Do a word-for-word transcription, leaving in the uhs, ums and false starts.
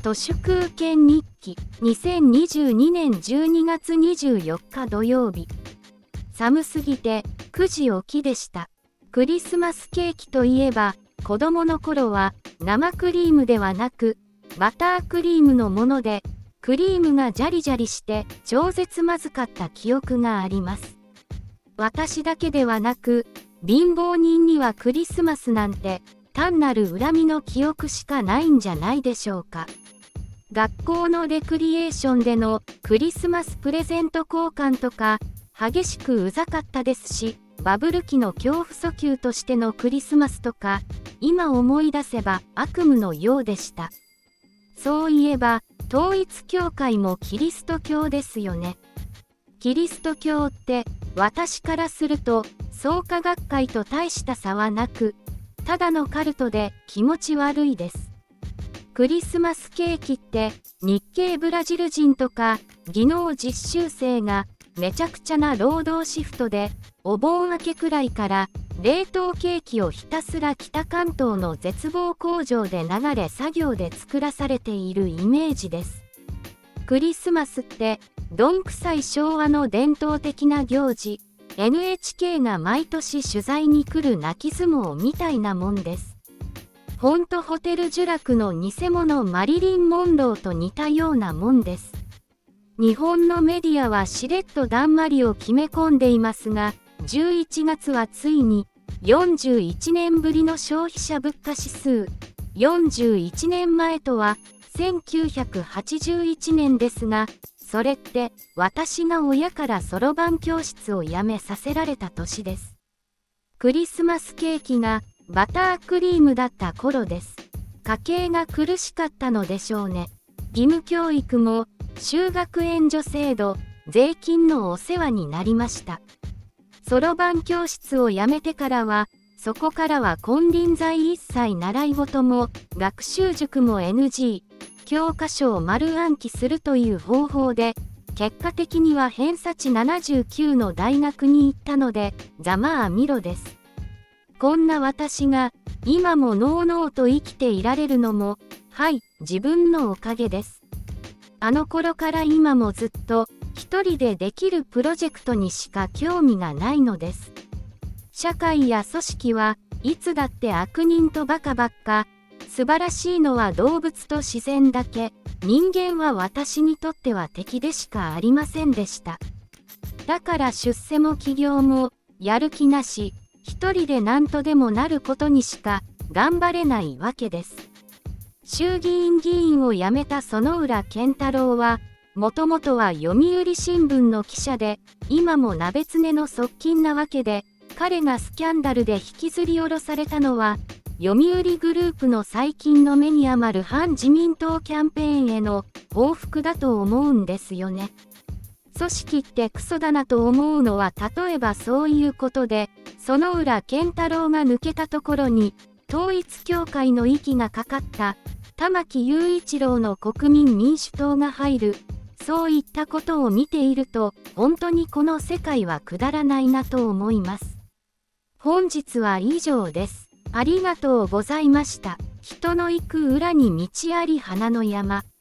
都市空権日記にせんにじゅうにねんじゅうにがつにじゅうよっか土曜日。寒すぎてくじ起きでした。クリスマスケーキといえば子供の頃は生クリームではなくバタークリームのもので、クリームがジャリジャリして超絶まずかった記憶があります。私だけではなく貧乏人にはクリスマスなんて単なる恨みの記憶しかないんじゃないでしょうか。学校のレクリエーションでのクリスマスプレゼント交換とか激しくうざかったですし、バブル期の恐怖訴求としてのクリスマスとか今思い出せば悪夢のようでした。そういえば統一教会もキリスト教ですよね。キリスト教って私からすると創価学会と大した差はなく、ただのカルトで気持ち悪いです。クリスマスケーキって日系ブラジル人とか技能実習生がめちゃくちゃな労働シフトでお盆明けくらいから冷凍ケーキをひたすら北関東の絶望工場で流れ作業で作らされているイメージです。クリスマスってどんくさい昭和の伝統的な行事、エヌエイチケー が毎年取材に来る泣き相撲みたいなもんです。ほんとホテル呪落の偽物マリリン・モンローと似たようなもんです。日本のメディアはしれっとだんまりを決め込んでいますが、じゅういちがつはついによんじゅういちねんぶりの消費者物価指数、よんじゅういちねんまえとはせんきゅうひゃくはちじゅういちねんですが、それって私が親からそろばん教室を辞めさせられた年です。クリスマスケーキがバタークリームだった頃です。家計が苦しかったのでしょうね。義務教育も就学援助制度、税金のお世話になりました。そろばん教室を辞めてからは、そこからは金輪際一切習い事も学習塾も エヌジー、教科書を丸暗記するという方法で、結果的には偏差値ななじゅうきゅうの大学に行ったので、ざまあみろです。こんな私が今ものうのうと生きていられるのも、はい、自分のおかげです。あの頃から今もずっと一人でできるプロジェクトにしか興味がないのです。社会や組織はいつだって悪人とバカばっか、素晴らしいのは動物と自然だけ、人間は私にとっては敵でしかありませんでした。だから出世も起業もやる気なし、一人で何とでもなることにしか頑張れないわけです。衆議院議員を辞めた薗浦健太郎は、もともとは読売新聞の記者で、今も鍋つねの側近なわけで、彼がスキャンダルで引きずり下ろされたのは、読売グループの最近の目に余る反自民党キャンペーンへの報復だと思うんですよね。組織ってクソだなと思うのは例えばそういうことで、薗浦健太郎が抜けたところに、統一教会の息がかかった玉木雄一郎の国民民主党が入る。そういったことを見ていると、本当にこの世界はくだらないなと思います。本日は以上です。ありがとうございました。人の行く裏に道あり花の山。